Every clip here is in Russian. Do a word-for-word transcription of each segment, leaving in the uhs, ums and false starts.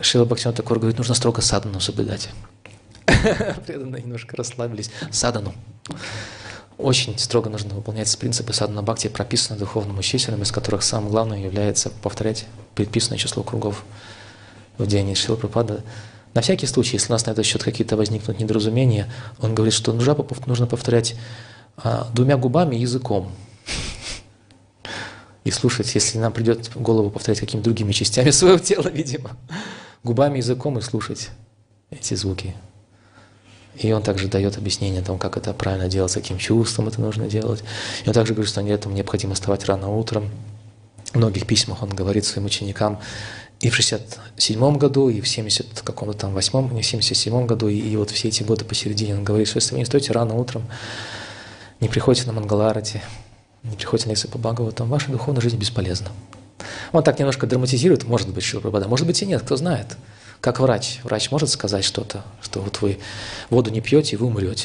Шрила Бхактивинода Тхакур говорит, нужно строго садану соблюдать. Преданные немножко расслабились. Садану. Очень строго нужно выполнять принципы садхана бхакти, прописанные духовным учителем, из которых самым главным является повторять предписанное число кругов в день. И Шрила Прабхупада, на всякий случай, если у нас на этот счет какие-то возникнут недоразумения, он говорит, что нужно повторять а, двумя губами и языком. И слушать, если нам придет в голову повторять какими-то другими частями своего тела, видимо, губами, языком и слушать эти звуки. И он также дает объяснение о том, как это правильно делать, с каким чувством это нужно делать. И он также говорит, что для этого необходимо вставать рано утром. В многих письмах он говорит своим ученикам и в шестьдесят седьмом году, и в семьдесят каком-то там восьмом, не в семьдесят седьмом году, и, и вот все эти годы посередине он говорит, что если вы не стоите рано утром, не приходите на Мангаларати, не приходите на лекции по Бхагаватам, ваша духовная жизнь бесполезна. Он так немножко драматизирует, может быть, Шрила Прабхупада, может быть и нет, кто знает. Как врач. Врач может сказать что-то, что вот вы воду не пьете, и вы умрете.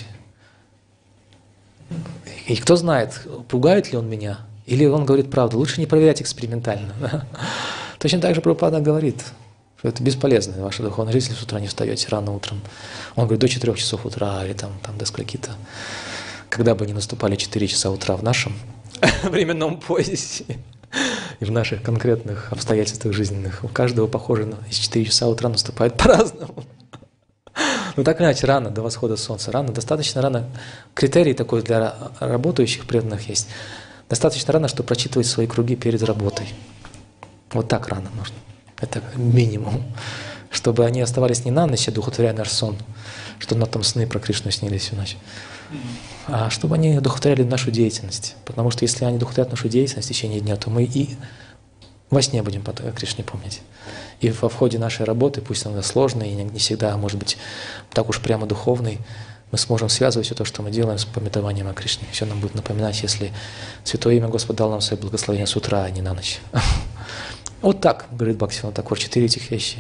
И кто знает, пугает ли он меня, или он говорит правду. Лучше не проверять экспериментально. Точно так же Прабхупада говорит, что это бесполезно, ваша духовная жизнь, если с утра не встаете рано утром. Он говорит, до четырех часов утра, или там, там до скольки-то. Когда бы ни наступали четыре часа утра в нашем временном поясе, и в наших конкретных обстоятельствах жизненных. У каждого, похоже, на четыре часа утра наступает по-разному. Ну так иначе, рано, до восхода солнца. Рано, достаточно рано. Критерий такой для работающих преданных есть. Достаточно рано, чтобы прочитывать свои круги перед работой. Вот так рано нужно. Это минимум. Чтобы они оставались не на ночь, одухотворяя наш сон, что на том сны про Кришну снились всю ночь, а чтобы они одухотворяли нашу деятельность. Потому что если они одухотворяют нашу деятельность в течение дня, то мы и во сне будем о Кришне помнить. И во входе нашей работы, пусть она сложная и не всегда, может быть, так уж прямо духовной, мы сможем связывать все то, что мы делаем, с памятованием о Кришне. Все нам будет напоминать, если Святое имя Господа дал нам свое благословение с утра, а не на ночь. Вот так, говорит Бхактивинода Тхакур, четыре этих вещи.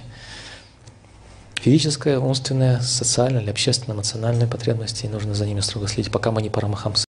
Физическая, умственная, социальная или общественная, эмоциональная потребности, и нужно за ними строго следить, пока мы не парамахамсы.